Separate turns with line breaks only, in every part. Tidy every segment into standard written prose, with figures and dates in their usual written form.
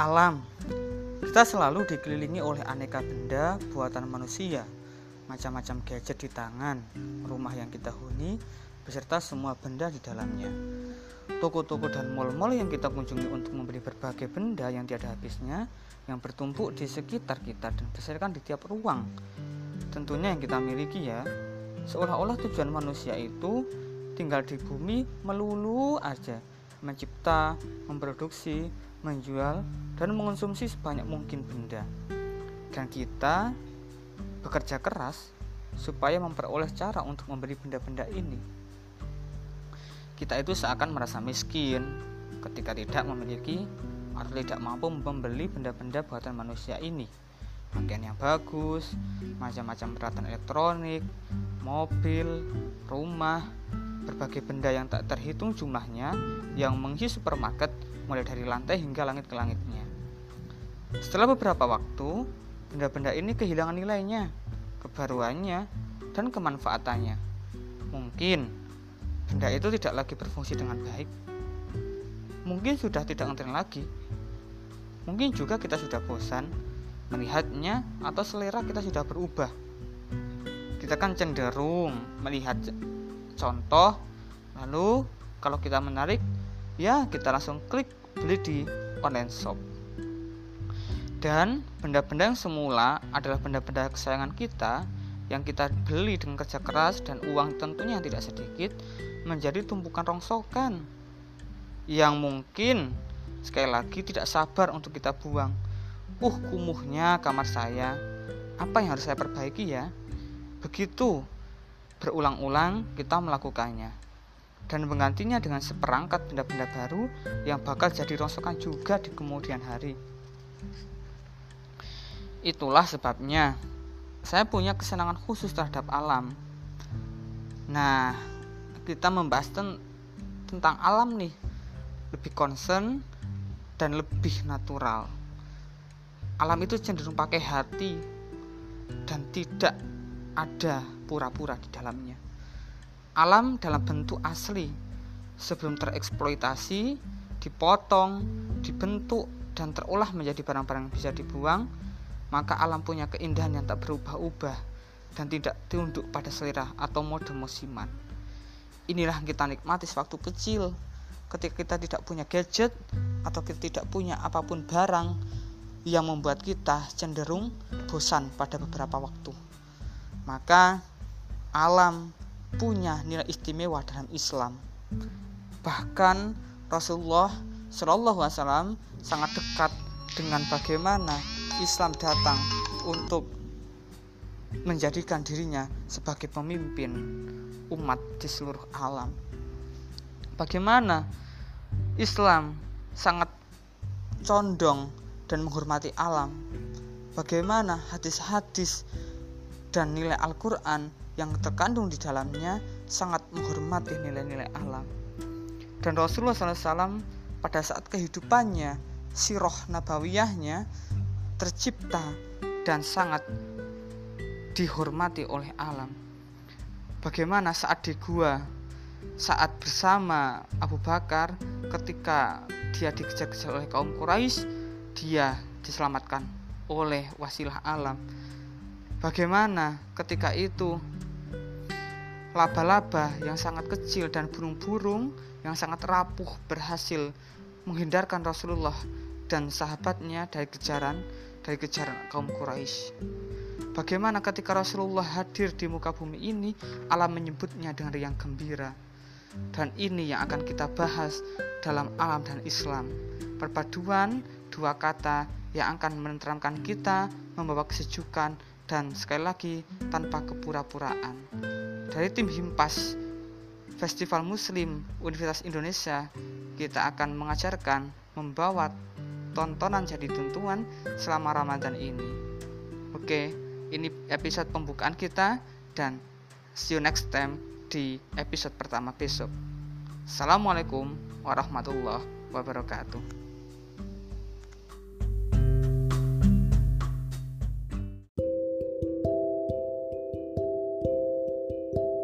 Alam. Kita selalu dikelilingi oleh aneka benda buatan manusia, macam-macam gadget di tangan, rumah yang kita huni, beserta semua benda di dalamnya. Toko-toko dan mal-mal yang kita kunjungi untuk membeli berbagai benda yang tiada habisnya, yang bertumpuk di sekitar kita dan berserakan di tiap ruang. Tentunya yang kita miliki ya. Seolah-olah tujuan manusia itu tinggal di bumi melulu aja, mencipta, memproduksi, menjual, dan mengonsumsi sebanyak mungkin benda. Dan kita bekerja keras supaya memperoleh cara untuk membeli benda-benda ini. Kita itu seakan merasa miskin ketika tidak memiliki atau tidak mampu membeli benda-benda buatan manusia ini. Pakaian yang bagus, macam-macam peralatan elektronik, mobil, rumah, berbagai benda yang tak terhitung jumlahnya yang mengisi supermarket mulai dari lantai hingga langit ke langitnya. Setelah beberapa waktu, benda-benda ini kehilangan nilainya, kebaruannya, dan kemanfaatannya. Mungkin benda itu tidak lagi berfungsi dengan baik. Mungkin sudah tidak ngetren lagi. Mungkin juga kita sudah bosan melihatnya atau selera kita sudah berubah. Kita kan cenderung melihat contoh, lalu kalau kita menarik, ya kita langsung klik beli di online shop. Dan benda-benda yang semula adalah benda-benda kesayangan kita yang kita beli dengan kerja keras dan uang tentunya yang tidak sedikit, menjadi tumpukan rongsokan yang mungkin sekali lagi tidak sabar untuk kita buang. Kumuhnya kamar saya, apa yang harus saya perbaiki ya? Begitu berulang-ulang kita melakukannya, dan menggantinya dengan seperangkat benda-benda baru yang bakal jadi rongsokan juga di kemudian hari. Itulah sebabnya saya punya kesenangan khusus terhadap alam. Nah, kita membahas tentang alam nih, lebih concern dan lebih natural. Alam itu cenderung pakai hati dan tidak ada pura-pura di dalamnya. Alam dalam bentuk asli, sebelum tereksploitasi, dipotong, dibentuk, dan terolah menjadi barang-barang yang bisa dibuang, maka alam punya keindahan yang tak berubah-ubah dan tidak tunduk pada selera atau mode musiman. Inilah yang kita nikmati sewaktu kecil, ketika kita tidak punya gadget atau kita tidak punya apapun barang yang membuat kita cenderung bosan pada beberapa waktu. Maka alam punya nilai istimewa dalam Islam. Bahkan Rasulullah SAW sangat dekat dengan bagaimana Islam datang untuk menjadikan dirinya sebagai pemimpin umat di seluruh alam. Bagaimana Islam sangat condong dan menghormati alam. Bagaimana hadis-hadis dan nilai Al-Quran yang terkandung di dalamnya sangat menghormati nilai-nilai alam. Dan Rasulullah SAW pada saat kehidupannya, sirah nabawiyahnya tercipta dan sangat dihormati oleh alam. Bagaimana saat di gua, saat bersama Abu Bakar ketika dia dikejar-kejar oleh kaum Quraisy, dia diselamatkan oleh wasilah alam. Bagaimana ketika itu laba-laba yang sangat kecil dan burung-burung yang sangat rapuh berhasil menghindarkan Rasulullah dan sahabatnya dari kejaran kaum Quraisy. Bagaimana ketika Rasulullah hadir di muka bumi ini, alam menyebutnya dengan riang gembira. Dan ini yang akan kita bahas dalam alam dan Islam. Perpaduan dua kata yang akan menenteramkan kita, membawa kesejukan, dan sekali lagi tanpa kepura-puraan. Dari tim Himpas Festival Muslim Universitas Indonesia, kita akan mengajarkan membawa tontonan jadi tuntunan selama Ramadan ini. Oke, ini episode pembukaan kita, dan see you next time di episode pertama besok. Assalamualaikum warahmatullahi wabarakatuh.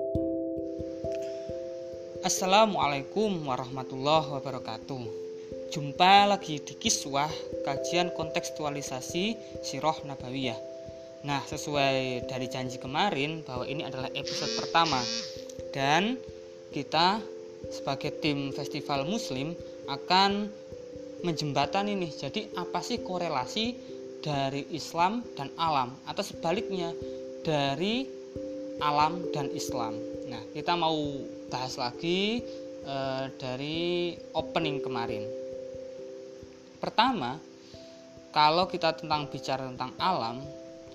Assalamualaikum warahmatullahi wabarakatuh. Jumpa lagi di Kiswah, kajian kontekstualisasi Sirah Nabawiyah. Nah, sesuai dari janji kemarin bahwa ini adalah episode pertama, dan kita sebagai tim Festival Muslim akan menjembatani nih. Jadi apa sih korelasi dari Islam dan alam, atau sebaliknya dari alam dan Islam? Nah, kita mau bahas lagi dari opening kemarin. Pertama, kalau kita bicara tentang alam,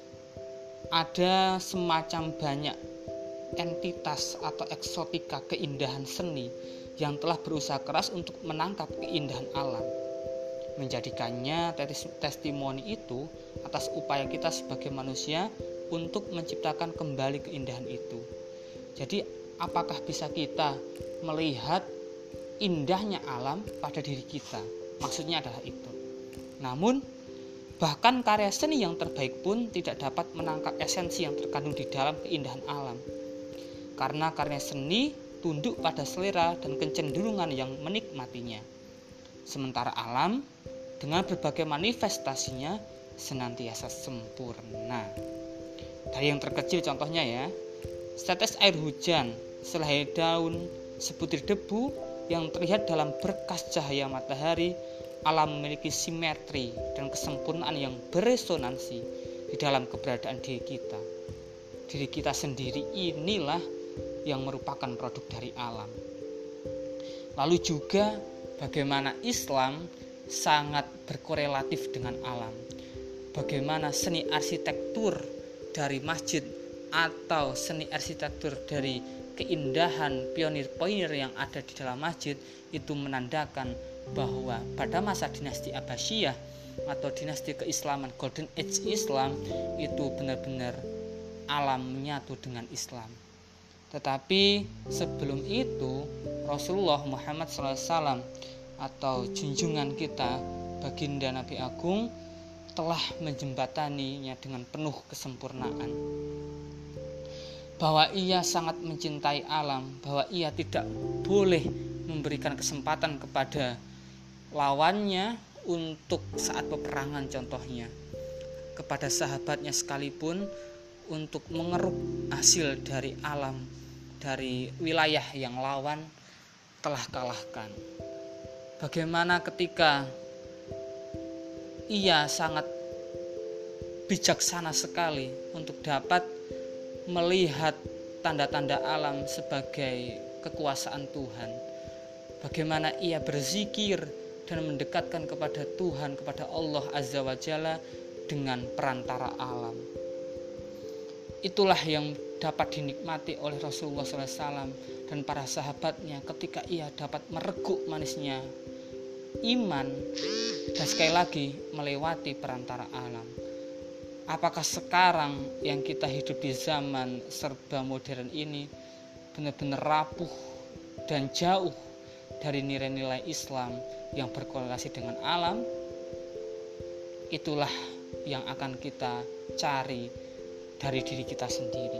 ada semacam banyak entitas atau eksotika keindahan seni yang telah berusaha keras untuk menangkap keindahan alam, menjadikannya testimoni itu atas upaya kita sebagai manusia untuk menciptakan kembali keindahan itu. Jadi apakah bisa kita melihat indahnya alam pada diri kita? Maksudnya adalah itu. Namun bahkan karya seni yang terbaik pun tidak dapat menangkap esensi yang terkandung di dalam keindahan alam, karena karya seni tunduk pada selera dan kecenderungan yang menikmatinya. Sementara alam dengan berbagai manifestasinya senantiasa sempurna. Dari yang terkecil contohnya ya, setetes air hujan, sehelai daun, sebutir debu yang terlihat dalam berkas cahaya matahari. Alam memiliki simetri dan kesempurnaan yang beresonansi di dalam keberadaan diri kita. Diri kita sendiri inilah yang merupakan produk dari alam. Lalu juga bagaimana Islam sangat berkorelatif dengan alam. Bagaimana seni arsitektur dari masjid atau seni arsitektur dari keindahan pionir-pionir yang ada di dalam masjid itu menandakan bahwa pada masa dinasti Abbasiyah atau dinasti keislaman, Golden Age Islam, itu benar-benar alam menyatu dengan Islam. Tetapi sebelum itu Rasulullah Muhammad SAW atau junjungan kita, baginda Nabi Agung, telah menjembataninya dengan penuh kesempurnaan. Bahwa ia sangat mencintai alam, bahwa ia tidak boleh memberikan kesempatan kepada lawannya untuk saat peperangan, contohnya kepada sahabatnya sekalipun, untuk mengeruk hasil dari alam, dari wilayah yang lawan telah kalahkan. Bagaimana ketika ia sangat bijaksana sekali untuk dapat melihat tanda-tanda alam sebagai kekuasaan Tuhan. Bagaimana ia berzikir dan mendekatkan kepada Tuhan, kepada Allah Azza wa Jalla dengan perantara alam. Itulah yang dapat dinikmati oleh Rasulullah SAW dan para sahabatnya ketika ia dapat mereguk manisnya iman dan sekali lagi melewati perantara alam. Apakah sekarang yang kita hidup di zaman serba modern ini benar-benar rapuh dan jauh dari nilai-nilai Islam yang berkorelasi dengan alam? Itulah yang akan kita cari dari diri kita sendiri.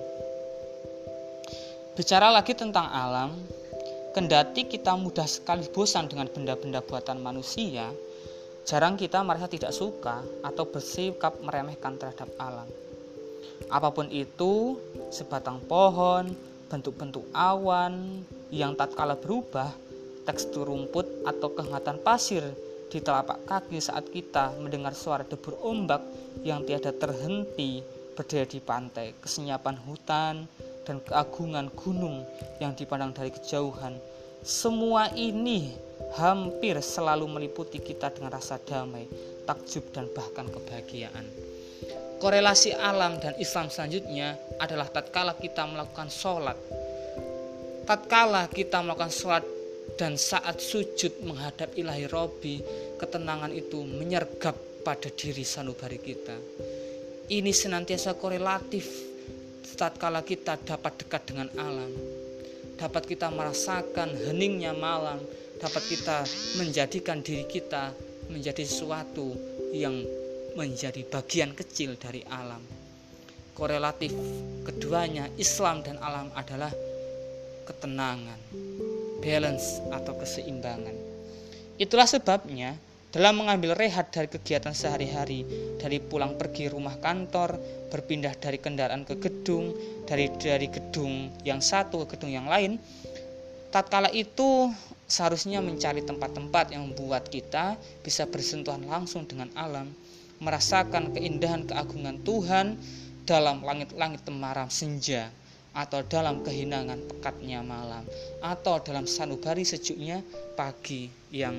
Bicara lagi tentang alam, kendati kita mudah sekali bosan dengan benda-benda buatan manusia, jarang kita merasa tidak suka atau bersikap meremehkan terhadap alam. Apapun itu, sebatang pohon, bentuk-bentuk awan yang tatkala berubah, tekstur rumput atau kehangatan pasir di telapak kaki saat kita mendengar suara debur ombak yang tiada terhenti berdiri di pantai, kesenyapan hutan dan keagungan gunung yang dipandang dari kejauhan. Semua ini hampir selalu meliputi kita dengan rasa damai, takjub dan bahkan kebahagiaan. Korelasi alam dan Islam selanjutnya adalah tatkala kita melakukan sholat. Tatkala kita melakukan sholat dan saat sujud menghadap ilahi Robbi, ketenangan itu menyergap pada diri sanubari kita. Ini senantiasa korelatif tatkala kita dapat dekat dengan alam, dapat kita merasakan heningnya malam, dapat kita menjadikan diri kita menjadi sesuatu yang menjadi bagian kecil dari alam. Korelatif keduanya, Islam dan alam, adalah ketenangan, balance atau keseimbangan. Itulah sebabnya dalam mengambil rehat dari kegiatan sehari-hari, dari pulang pergi rumah kantor, berpindah dari kendaraan ke gedung, dari gedung yang satu ke gedung yang lain, tatkala itu seharusnya mencari tempat-tempat yang membuat kita bisa bersentuhan langsung dengan alam, merasakan keindahan keagungan Tuhan dalam langit-langit temaram senja, atau dalam kehinangan pekatnya malam, atau dalam sanubari sejuknya pagi yang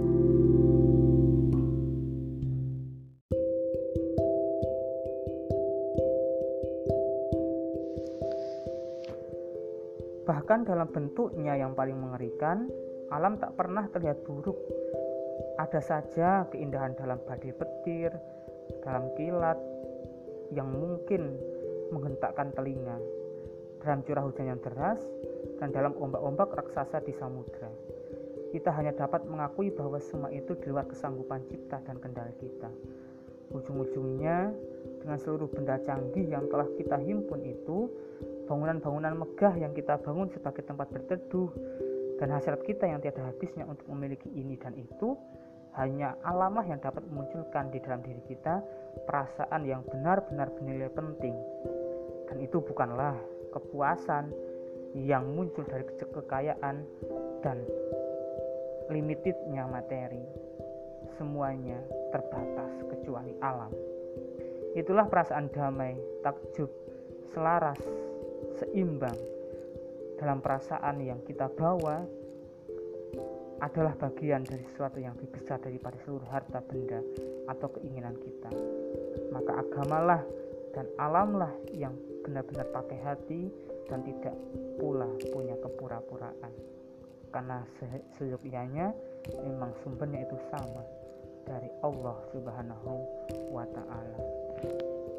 bahkan dalam bentuknya yang paling mengerikan, alam tak pernah terlihat buruk. Ada saja keindahan dalam badai petir, dalam kilat yang mungkin menghentakkan telinga, dalam curah hujan yang deras, dan dalam ombak-ombak raksasa di samudra. Kita hanya dapat mengakui bahwa semua itu di luar kesanggupan cipta dan kendali kita. Ujung-ujungnya, dengan seluruh benda canggih yang telah kita himpun itu, bangunan-bangunan megah yang kita bangun sebagai tempat berteduh, dan hasrat kita yang tiada habisnya untuk memiliki ini dan itu, hanya alamlah yang dapat memunculkan di dalam diri kita perasaan yang benar-benar bernilai penting. Dan itu bukanlah kepuasan yang muncul dari kekayaan dan limitednya materi. Semuanya terbatas kecuali alam. Itulah perasaan damai, takjub, selaras, seimbang dalam perasaan yang kita bawa adalah bagian dari sesuatu yang lebih besar daripada seluruh harta benda atau keinginan kita. Maka agamalah dan alamlah yang benar-benar pakai hati dan tidak pula punya kepura-puraan, karena seyogyanya memang sumbernya itu sama dari Allah Subhanahu wa Ta'ala.